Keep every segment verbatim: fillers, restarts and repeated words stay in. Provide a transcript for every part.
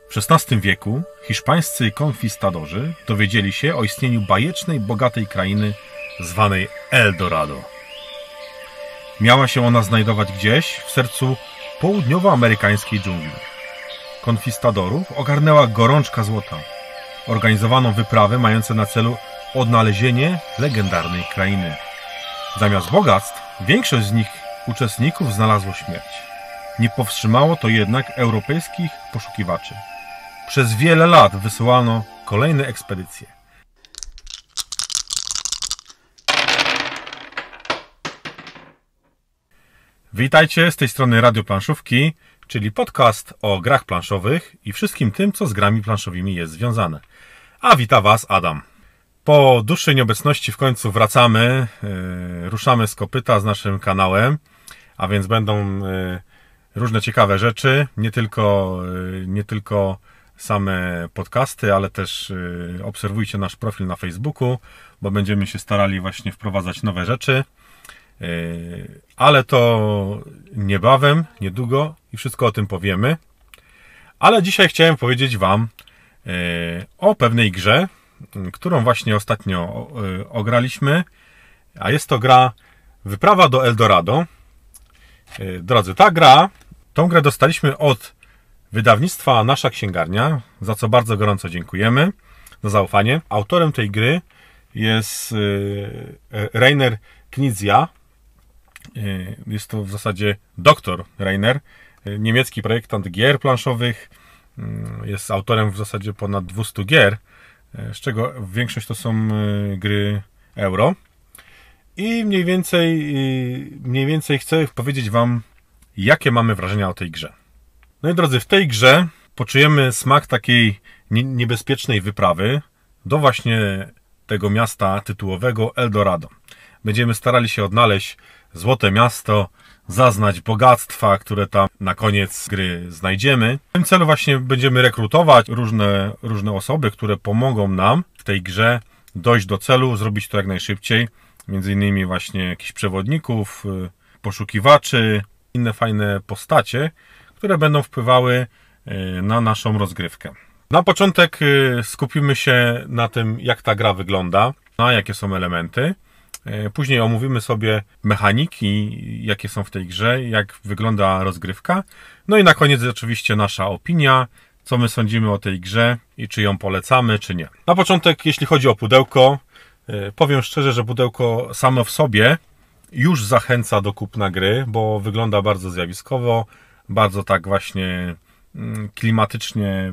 W szesnastym wieku hiszpańscy konkwistadorzy dowiedzieli się o istnieniu bajecznej, bogatej krainy zwanej El Dorado. Miała się ona znajdować gdzieś w sercu południowoamerykańskiej dżungli. Konkwistadorów ogarnęła gorączka złota. Organizowano wyprawy mające na celu odnalezienie legendarnej krainy. Zamiast bogactw, większość z nich uczestników znalazło śmierć. Nie powstrzymało to jednak europejskich poszukiwaczy. Przez wiele lat wysyłano kolejne ekspedycje. Witajcie, z tej strony Radio Planszówki, czyli podcast o grach planszowych i wszystkim tym, co z grami planszowymi jest związane. A wita Was Adam. Po dłuższej nieobecności w końcu wracamy, yy, ruszamy z kopyta z naszym kanałem, a więc będą yy, różne ciekawe rzeczy, nie tylko, yy, nie tylko same podcasty, ale też yy, obserwujcie nasz profil na Facebooku, bo będziemy się starali właśnie wprowadzać nowe rzeczy. Yy, ale to niebawem, niedługo i wszystko o tym powiemy. Ale dzisiaj chciałem powiedzieć Wam yy, o pewnej grze, yy, którą właśnie ostatnio yy, ograliśmy, a jest to gra Wyprawa do El Dorado. Yy, drodzy, ta gra, tą grę dostaliśmy od wydawnictwa Nasza Księgarnia, za co bardzo gorąco dziękujemy za zaufanie. Autorem tej gry jest yy, Rainer Knizia. Jest to w zasadzie doktor Rainer, niemiecki projektant gier planszowych. Jest autorem w zasadzie ponad dwieście gier, z czego większość to są gry euro. I mniej więcej, mniej więcej chcę powiedzieć Wam, jakie mamy wrażenia o tej grze. No i drodzy, w tej grze poczujemy smak takiej niebezpiecznej wyprawy do właśnie tego miasta tytułowego El Dorado. Będziemy starali się odnaleźć złote miasto, zaznać bogactwa, które tam na koniec gry znajdziemy. W tym celu właśnie będziemy rekrutować różne, różne osoby, które pomogą nam w tej grze dojść do celu, zrobić to jak najszybciej. Między innymi właśnie jakichś przewodników, poszukiwaczy, inne fajne postacie, które będą wpływały na naszą rozgrywkę. Na początek skupimy się na tym, jak ta gra wygląda, na jakie są elementy. Później omówimy sobie mechaniki, jakie są w tej grze, jak wygląda rozgrywka. No i na koniec oczywiście nasza opinia, co my sądzimy o tej grze i czy ją polecamy, czy nie. Na początek, jeśli chodzi o pudełko, powiem szczerze, że pudełko samo w sobie już zachęca do kupna gry, bo wygląda bardzo zjawiskowo, bardzo tak właśnie klimatycznie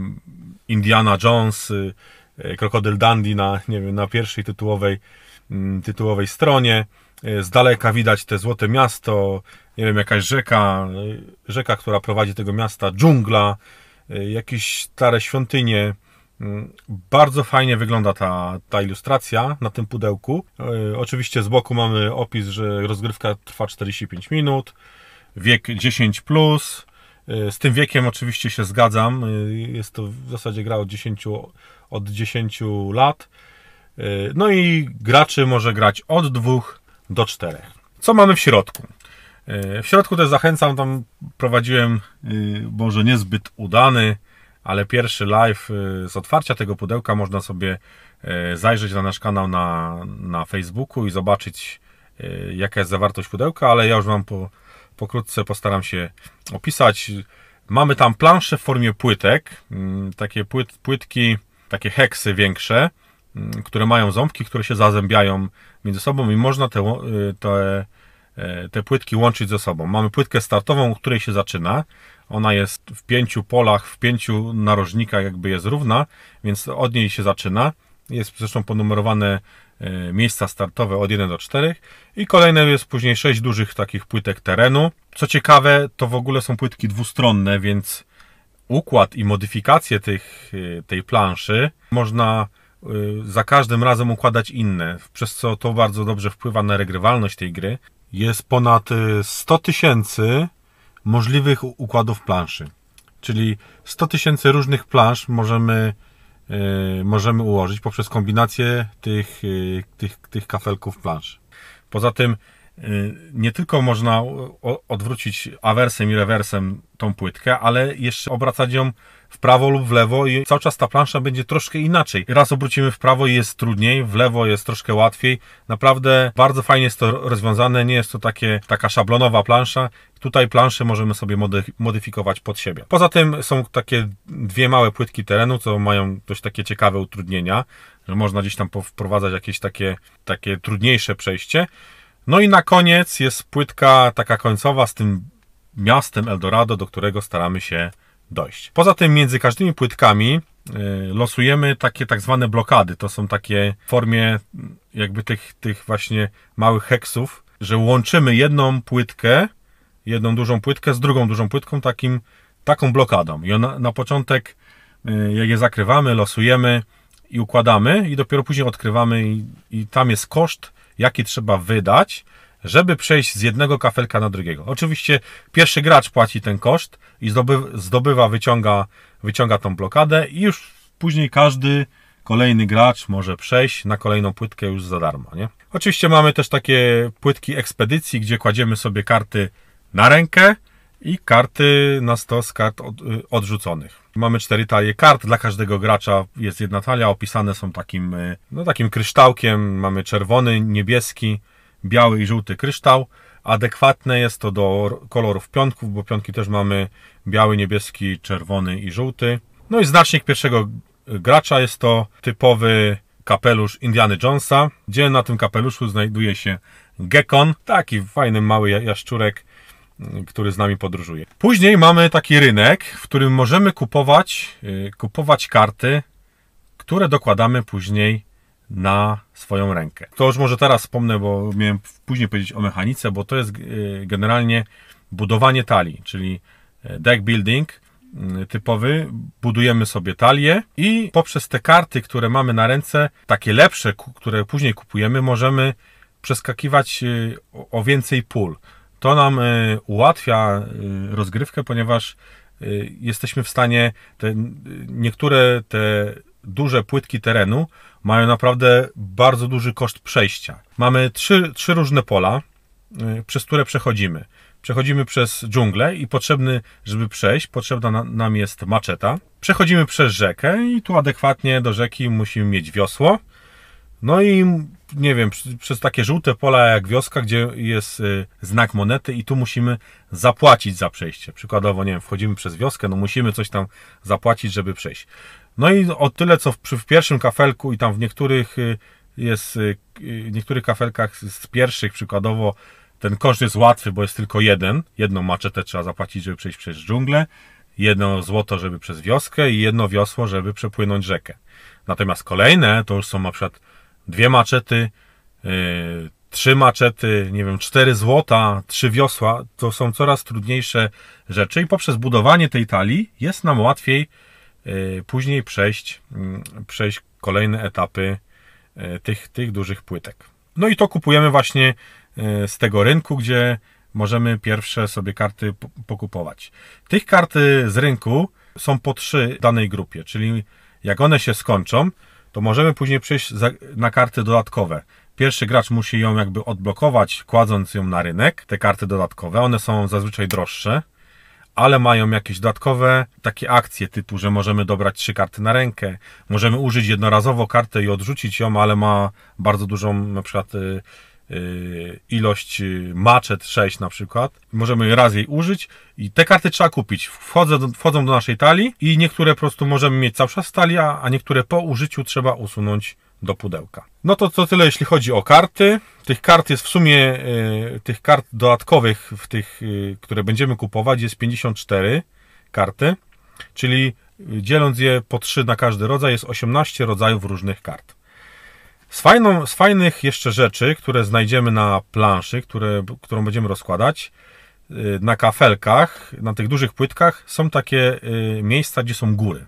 Indiana Jones, Krokodyl Dundee na, nie wiem, na pierwszej tytułowej tytułowej stronie. Z daleka widać te złote miasto, nie wiem, jakaś rzeka, rzeka, która prowadzi do tego miasta, dżungla, jakieś stare świątynie. Bardzo fajnie wygląda ta, ta ilustracja na tym pudełku. Oczywiście z boku mamy opis, że rozgrywka trwa czterdzieści pięć minut, wiek dziesięć plus. Z tym wiekiem oczywiście się zgadzam. Jest to w zasadzie gra od dziesięciu, od dziesięciu lat. No i graczy może grać od dwóch do czterech. Co mamy w środku? W środku też zachęcam, tam prowadziłem może niezbyt udany, ale pierwszy live z otwarcia tego pudełka. Można sobie zajrzeć na nasz kanał na, na Facebooku i zobaczyć, jaka jest zawartość pudełka, ale ja już Wam po, pokrótce postaram się opisać. Mamy tam plansze w formie płytek, takie płyt, płytki, takie heksy większe, które mają ząbki, które się zazębiają między sobą i można te, te, te płytki łączyć ze sobą. Mamy płytkę startową, od której się zaczyna. Ona jest w pięciu polach, w pięciu narożnikach jakby jest równa, więc od niej się zaczyna. Jest zresztą ponumerowane miejsca startowe od jeden do czterech i kolejne jest później sześć dużych takich płytek terenu. Co ciekawe, to w ogóle są płytki dwustronne, więc układ i modyfikacje tych, tej planszy można za każdym razem układać inne, przez co to bardzo dobrze wpływa na regrywalność tej gry. Jest ponad sto tysięcy możliwych układów planszy, czyli sto tysięcy różnych plansz możemy, yy, możemy ułożyć poprzez kombinację tych, yy, tych, tych kafelków planszy. Poza tym nie tylko można odwrócić awersem i rewersem tą płytkę, ale jeszcze obracać ją w prawo lub w lewo i cały czas ta plansza będzie troszkę inaczej. Raz obrócimy w prawo i jest trudniej, w lewo jest troszkę łatwiej. Naprawdę bardzo fajnie jest to rozwiązane, nie jest to takie, taka szablonowa plansza. Tutaj planszę możemy sobie modyfikować pod siebie. Poza tym są takie dwie małe płytki terenu, co mają dość takie ciekawe utrudnienia, że można gdzieś tam wprowadzać jakieś takie, takie trudniejsze przejście. No i na koniec jest płytka taka końcowa z tym miastem Eldorado, do którego staramy się dojść. Poza tym między każdymi płytkami losujemy takie tak zwane blokady. To są takie w formie jakby tych, tych właśnie małych heksów, że łączymy jedną płytkę, jedną dużą płytkę z drugą dużą płytką, takim, taką blokadą. I ona, na początek, jak je zakrywamy, losujemy i układamy i dopiero później odkrywamy i, i tam jest koszt, jaki trzeba wydać, żeby przejść z jednego kafelka na drugiego. Oczywiście pierwszy gracz płaci ten koszt i zdobywa, zdobywa wyciąga, wyciąga tą blokadę i już później każdy kolejny gracz może przejść na kolejną płytkę już za darmo, nie? Oczywiście mamy też takie płytki ekspedycji, gdzie kładziemy sobie karty na rękę i karty na stos kart od, odrzuconych. Mamy cztery talie kart, dla każdego gracza jest jedna talia, opisane są takim, no, takim kryształkiem. Mamy czerwony, niebieski, biały i żółty kryształ. Adekwatne jest to do kolorów pionków, bo pionki też mamy biały, niebieski, czerwony i żółty. No i znacznik pierwszego gracza jest to typowy kapelusz Indiana Jonesa, gdzie na tym kapeluszu znajduje się gekon, taki fajny mały jaszczurek, który z nami podróżuje. Później mamy taki rynek, w którym możemy kupować, kupować karty, które dokładamy później na swoją rękę. To już może teraz wspomnę, bo miałem później powiedzieć o mechanice, bo to jest generalnie budowanie talii, czyli deck building typowy. Budujemy sobie talię i poprzez te karty, które mamy na ręce, takie lepsze, które później kupujemy, możemy przeskakiwać o więcej pól. To nam ułatwia rozgrywkę, ponieważ jesteśmy w stanie, te, niektóre te duże płytki terenu mają naprawdę bardzo duży koszt przejścia. Mamy trzy, trzy różne pola, przez które przechodzimy. Przechodzimy przez dżunglę i potrzebny, żeby przejść, potrzebna nam jest maczeta. Przechodzimy przez rzekę i tu adekwatnie do rzeki musimy mieć wiosło. No i nie wiem, przez takie żółte pola jak wioska, gdzie jest znak monety i tu musimy zapłacić za przejście. Przykładowo, nie wiem, wchodzimy przez wioskę, no musimy coś tam zapłacić, żeby przejść. No i o tyle, co w, w pierwszym kafelku i tam w niektórych jest, w niektórych kafelkach z pierwszych przykładowo ten koszt jest łatwy, bo jest tylko jeden. Jedną maczetę trzeba zapłacić, żeby przejść przez dżunglę, jedno złoto, żeby przez wioskę i jedno wiosło, żeby przepłynąć rzekę. Natomiast kolejne to już są na przykład dwie maczety, yy, trzy maczety, nie wiem, cztery złota, trzy wiosła. To są coraz trudniejsze rzeczy i poprzez budowanie tej talii jest nam łatwiej yy, później przejść, yy, przejść kolejne etapy yy, tych, tych dużych płytek. No i to kupujemy właśnie yy, z tego rynku, gdzie możemy pierwsze sobie karty pokupować. Tych karty z rynku są po trzy w danej grupie, czyli jak one się skończą, to możemy później przejść na karty dodatkowe. Pierwszy gracz musi ją jakby odblokować, kładąc ją na rynek, te karty dodatkowe. One są zazwyczaj droższe, ale mają jakieś dodatkowe takie akcje typu, że możemy dobrać trzy karty na rękę, możemy użyć jednorazowo kartę i odrzucić ją, ale ma bardzo dużą na przykład yy, yy, ilość maczet, sześć na przykład. Możemy raz jej użyć i te karty trzeba kupić. Wchodzą do, wchodzą do naszej talii i niektóre po prostu możemy mieć cały czas w talii, a niektóre po użyciu trzeba usunąć do pudełka. No to to tyle, jeśli chodzi o karty. Tych kart jest w sumie, yy, tych kart dodatkowych, w tych, yy, które będziemy kupować, jest pięćdziesiąt cztery karty, czyli dzieląc je po trzy na każdy rodzaj, jest osiemnaście rodzajów różnych kart. Z, fajną, z fajnych jeszcze rzeczy, które znajdziemy na planszy, które, którą będziemy rozkładać, yy, na kafelkach, na tych dużych płytkach są takie yy, miejsca, gdzie są góry.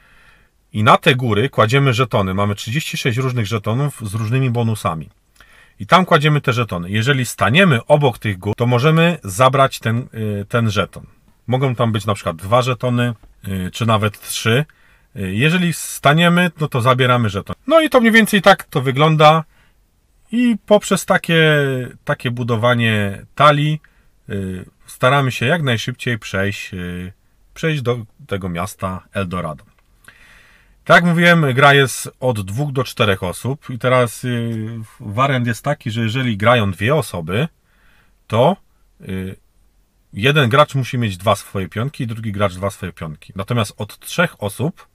I na te góry kładziemy żetony. Mamy trzydzieści sześć różnych żetonów z różnymi bonusami. I tam kładziemy te żetony. Jeżeli staniemy obok tych gór, to możemy zabrać ten, ten żeton. Mogą tam być na przykład dwa żetony, czy nawet trzy. Jeżeli staniemy, no to zabieramy żeton. No i to mniej więcej tak to wygląda. I poprzez takie, takie budowanie talii yy, staramy się jak najszybciej przejść, yy, przejść do tego miasta Eldorado. Tak jak mówiłem, gra jest od dwóch do czterech osób i teraz yy, wariant jest taki, że jeżeli grają dwie osoby, to yy, jeden gracz musi mieć dwa swoje pionki i drugi gracz dwa swoje pionki. Natomiast od trzech osób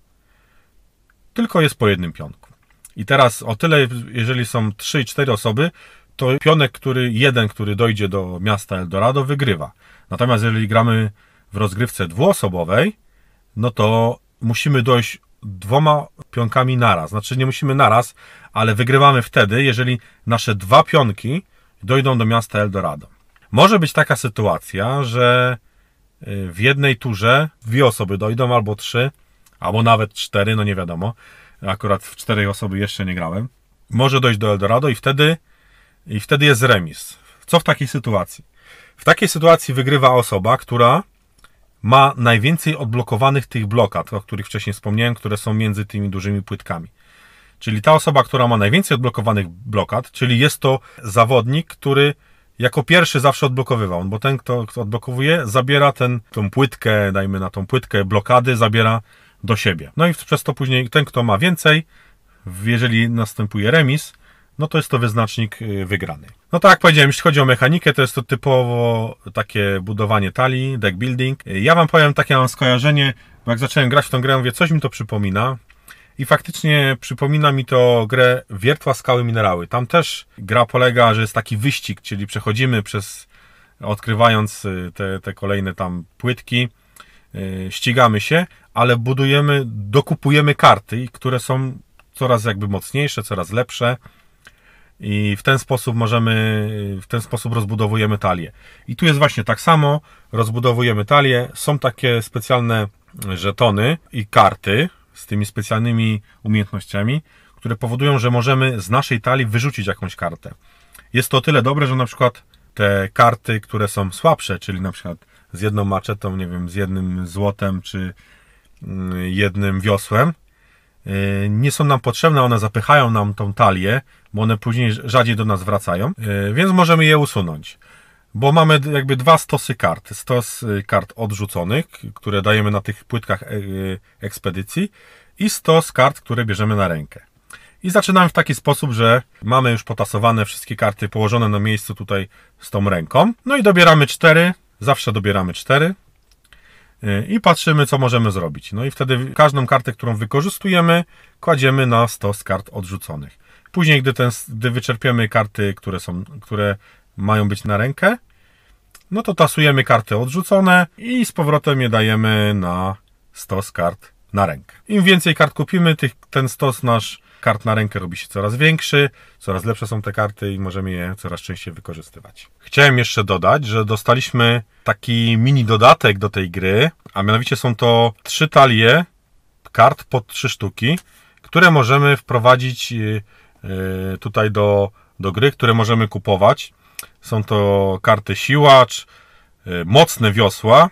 tylko jest po jednym pionku. I teraz o tyle, jeżeli są trzy i cztery osoby, to pionek, który jeden, który dojdzie do miasta Eldorado, wygrywa. Natomiast jeżeli gramy w rozgrywce dwuosobowej, no to musimy dojść dwoma pionkami naraz. Znaczy nie musimy naraz, ale wygrywamy wtedy, jeżeli nasze dwa pionki dojdą do miasta Eldorado. Może być taka sytuacja, że w jednej turze dwie osoby dojdą, albo trzy, albo nawet cztery, no nie wiadomo. Akurat w czterej osoby jeszcze nie grałem. Może dojść do Eldorado i wtedy, i wtedy jest remis. Co w takiej sytuacji? W takiej sytuacji wygrywa osoba, która ma najwięcej odblokowanych tych blokad, o których wcześniej wspomniałem, które są między tymi dużymi płytkami. Czyli ta osoba, która ma najwięcej odblokowanych blokad, czyli jest to zawodnik, który jako pierwszy zawsze odblokowywał, bo ten, kto, kto odblokowuje, zabiera ten, tą płytkę, dajmy na tą płytkę blokady, zabiera do siebie. No i przez to później ten, kto ma więcej, jeżeli następuje remis, no to jest to wyznacznik wygrany. No tak jak powiedziałem, jeśli chodzi o mechanikę, to jest to typowo takie budowanie talii, deck building. Ja wam powiem, takie mam skojarzenie, bo jak zacząłem grać w tą grę, mówię, coś mi to przypomina. I faktycznie przypomina mi to grę Wiertła, Skały, Minerały. Tam też gra polega, że jest taki wyścig, czyli przechodzimy przez, odkrywając te, te kolejne tam płytki, ścigamy się, ale budujemy, dokupujemy karty, które są coraz jakby mocniejsze, coraz lepsze i w ten sposób możemy, w ten sposób rozbudowujemy talię. I tu jest właśnie tak samo, rozbudowujemy talię, są takie specjalne żetony i karty z tymi specjalnymi umiejętnościami, które powodują, że możemy z naszej talii wyrzucić jakąś kartę. Jest to o tyle dobre, że na przykład te karty, które są słabsze, czyli na przykład z jedną maczetą, nie wiem, z jednym złotem, czy jednym wiosłem, nie są nam potrzebne, one zapychają nam tą talię, bo one później rzadziej do nas wracają, więc możemy je usunąć. Bo mamy jakby dwa stosy kart. Stos kart odrzuconych, które dajemy na tych płytkach ekspedycji i stos kart, które bierzemy na rękę. I zaczynamy w taki sposób, że mamy już potasowane wszystkie karty położone na miejscu tutaj z tą ręką. No i dobieramy cztery, zawsze dobieramy cztery i patrzymy, co możemy zrobić. No i wtedy każdą kartę, którą wykorzystujemy, kładziemy na stos kart odrzuconych. Później, gdy, ten, gdy wyczerpiemy karty, które są, które mają być na rękę, no to tasujemy karty odrzucone i z powrotem je dajemy na stos kart na rękę. Im więcej kart kupimy, tych, ten stos nasz kart na rękę robi się coraz większy, coraz lepsze są te karty i możemy je coraz częściej wykorzystywać. Chciałem jeszcze dodać, że dostaliśmy taki mini dodatek do tej gry, a mianowicie są to trzy talie kart po trzy sztuki, które możemy wprowadzić tutaj do, do gry, które możemy kupować. Są to karty siłacz, mocne wiosła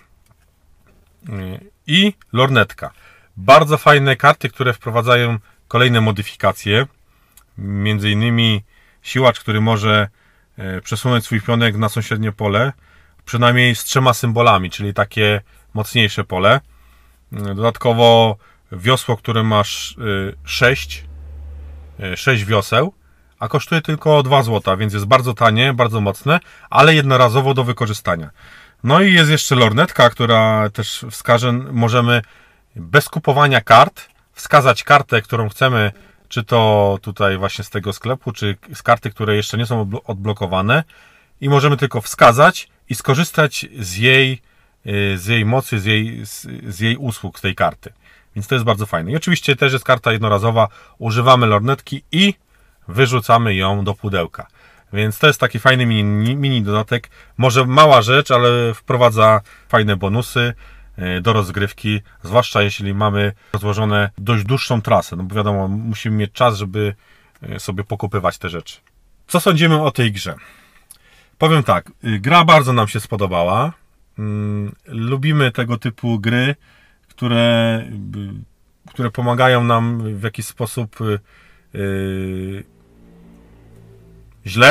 i lornetka. Bardzo fajne karty, które wprowadzają kolejne modyfikacje. Między innymi siłacz, który może przesunąć swój pionek na sąsiednie pole, przynajmniej z trzema symbolami, czyli takie mocniejsze pole. Dodatkowo wiosło, które masz sześć, sześć wioseł, a kosztuje tylko dwa złote, więc jest bardzo tanie, bardzo mocne, ale jednorazowo do wykorzystania. No i jest jeszcze lornetka, która też wskaże, możemy bez kupowania kart wskazać kartę, którą chcemy, czy to tutaj właśnie z tego sklepu, czy z karty, które jeszcze nie są odblokowane, i możemy tylko wskazać i skorzystać z jej, z jej mocy, z jej, z jej usług, z tej karty. Więc to jest bardzo fajne. I oczywiście też jest karta jednorazowa, używamy lornetki i wyrzucamy ją do pudełka. Więc to jest taki fajny mini, mini dodatek. Może mała rzecz, ale wprowadza fajne bonusy do rozgrywki, zwłaszcza jeśli mamy rozłożone dość dłuższą trasę. No bo wiadomo, musimy mieć czas, żeby sobie pokupywać te rzeczy. Co sądzimy o tej grze? Powiem tak, gra bardzo nam się spodobała. Lubimy tego typu gry, które, które pomagają nam w jakiś sposób źle?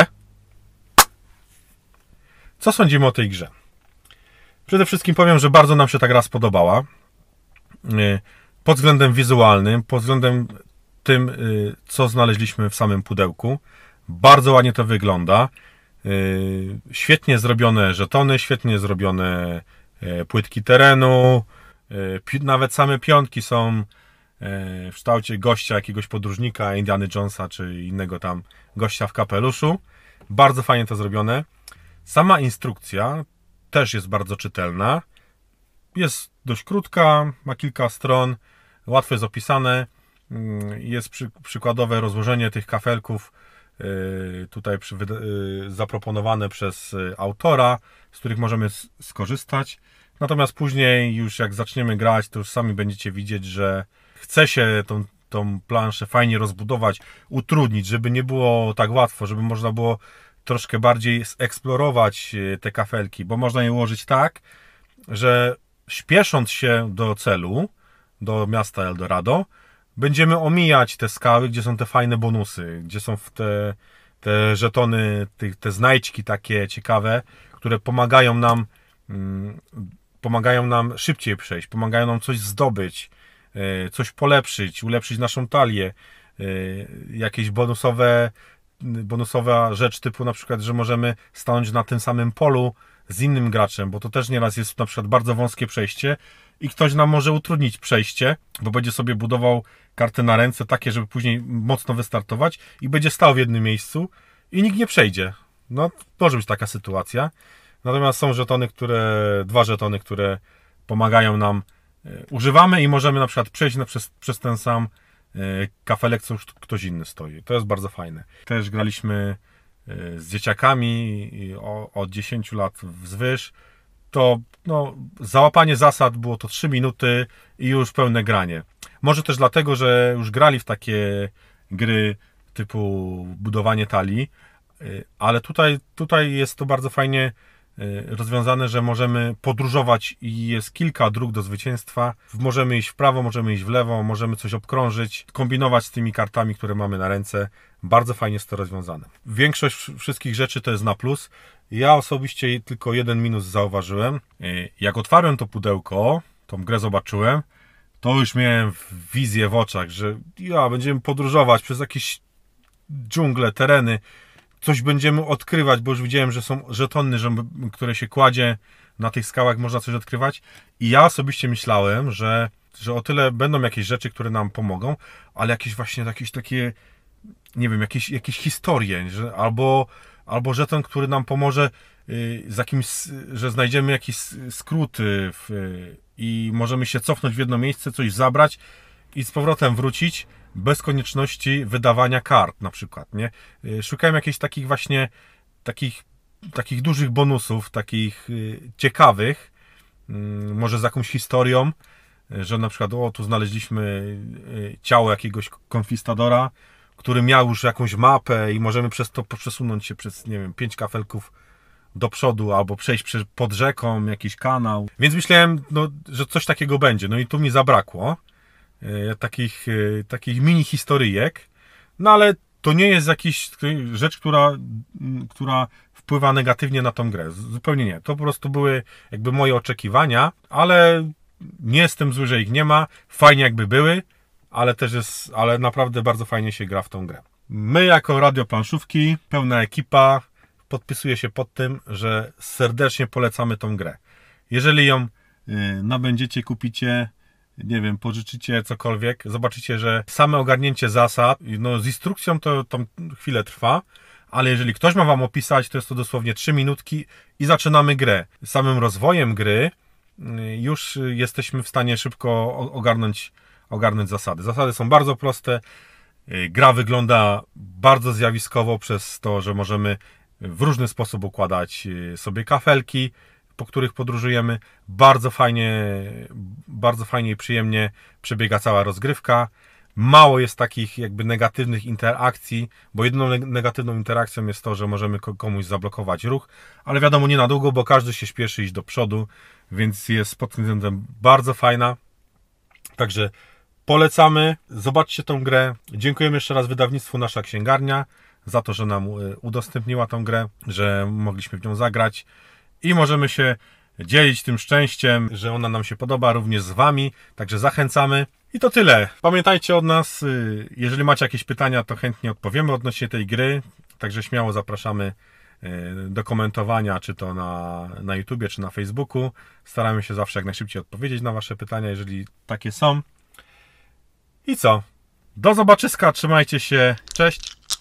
Co sądzimy o tej grze? Przede wszystkim powiem, że bardzo nam się ta gra spodobała. Pod względem wizualnym, pod względem tym, co znaleźliśmy w samym pudełku. Bardzo ładnie to wygląda. Świetnie zrobione żetony, świetnie zrobione płytki terenu. Nawet same pionki są w kształcie gościa, jakiegoś podróżnika, Indiana Jonesa czy innego tam gościa w kapeluszu. Bardzo fajnie to zrobione. Sama instrukcja też jest bardzo czytelna. Jest dość krótka, ma kilka stron, łatwo jest opisane. Jest przy, przykładowe rozłożenie tych kafelków tutaj przy, zaproponowane przez autora, z których możemy skorzystać. Natomiast później już jak zaczniemy grać, to już sami będziecie widzieć, że chce się tą, tą planszę fajnie rozbudować, utrudnić, żeby nie było tak łatwo, żeby można było troszkę bardziej zeksplorować te kafelki, bo można je ułożyć tak, że śpiesząc się do celu, do miasta Eldorado, będziemy omijać te skały, gdzie są te fajne bonusy, gdzie są te, te żetony, te, te znajdźki takie ciekawe, które pomagają nam mm, pomagają nam szybciej przejść, pomagają nam coś zdobyć, coś polepszyć, ulepszyć naszą talię, jakieś bonusowe bonusowa rzecz typu na przykład, że możemy stanąć na tym samym polu z innym graczem, bo to też nieraz jest na przykład bardzo wąskie przejście i ktoś nam może utrudnić przejście, bo będzie sobie budował karty na ręce takie, żeby później mocno wystartować i będzie stał w jednym miejscu i nikt nie przejdzie. No, może być taka sytuacja. Natomiast są żetony, które, dwa żetony, które pomagają nam, używamy i możemy na przykład przejść na, przez, przez ten sam kafelek, co już ktoś inny stoi. To jest bardzo fajne. Też graliśmy z dzieciakami od dziesięciu lat wzwyż. To no, załapanie zasad było to trzy minuty i już pełne granie. Może też dlatego, że już grali w takie gry typu budowanie talii, ale tutaj, tutaj jest to bardzo fajnie rozwiązane, że możemy podróżować i jest kilka dróg do zwycięstwa. Możemy iść w prawo, możemy iść w lewo, możemy coś obkrążyć, kombinować z tymi kartami, które mamy na ręce. Bardzo fajnie jest to rozwiązane. Większość wszystkich rzeczy to jest na plus. Ja osobiście tylko jeden minus zauważyłem. Jak otwarłem to pudełko, tą grę zobaczyłem, to już miałem wizję w oczach, że ja będziemy podróżować przez jakieś dżungle, tereny, coś będziemy odkrywać, bo już widziałem, że są żetony, że, które się kładzie na tych skałach, można coś odkrywać. I ja osobiście myślałem, że, że o tyle będą jakieś rzeczy, które nam pomogą, ale jakieś właśnie jakieś takie, nie wiem, jakieś, jakieś historie, że, albo, albo żeton, który nam pomoże yy, z jakimś, że znajdziemy jakiś skrót yy, i możemy się cofnąć w jedno miejsce, coś zabrać i z powrotem wrócić, bez konieczności wydawania kart na przykład, nie? Szukałem jakichś takich właśnie takich, takich dużych bonusów, takich ciekawych, może z jakąś historią, że na przykład o, tu znaleźliśmy ciało jakiegoś konkwistadora, który miał już jakąś mapę i możemy przez to przesunąć się przez, nie wiem, pięć kafelków do przodu, albo przejść pod rzeką, jakiś kanał. Więc myślałem, no, że coś takiego będzie. No i tu mi zabrakło takich, takich mini historyjek, no ale to nie jest jakaś rzecz, która, która wpływa negatywnie na tą grę. Zupełnie nie. To po prostu były jakby moje oczekiwania, ale nie jestem zły, że ich nie ma. Fajnie jakby były, ale też jest, ale naprawdę bardzo fajnie się gra w tą grę. My jako Radio Planszówki, pełna ekipa, podpisuje się pod tym, że serdecznie polecamy tą grę. Jeżeli ją nabędziecie, kupicie, nie wiem, pożyczycie cokolwiek, zobaczycie, że same ogarnięcie zasad, no z instrukcją to, to chwilę trwa, ale jeżeli ktoś ma wam opisać, to jest to dosłownie trzy minutki i zaczynamy grę. Samym rozwojem gry już jesteśmy w stanie szybko ogarnąć, ogarnąć zasady. Zasady są bardzo proste, gra wygląda bardzo zjawiskowo przez to, że możemy w różny sposób układać sobie kafelki, po których podróżujemy. Bardzo fajnie, bardzo fajnie i przyjemnie przebiega cała rozgrywka. Mało jest takich jakby negatywnych interakcji, bo jedyną negatywną interakcją jest to, że możemy komuś zablokować ruch, ale wiadomo, nie na długo, bo każdy się śpieszy iść do przodu, więc jest pod tym względem bardzo fajna. Także polecamy, zobaczcie tą grę. Dziękujemy jeszcze raz wydawnictwu Nasza Księgarnia za to, że nam udostępniła tą grę, że mogliśmy w nią zagrać i możemy się dzielić tym szczęściem, że ona nam się podoba również z Wami, także zachęcamy. I to tyle. Pamiętajcie od nas, jeżeli macie jakieś pytania, to chętnie odpowiemy odnośnie tej gry, także śmiało zapraszamy do komentowania, czy to na, na YouTubie, czy na Facebooku. Staramy się zawsze jak najszybciej odpowiedzieć na Wasze pytania, jeżeli takie są. I co? Do zobaczyska, trzymajcie się, cześć!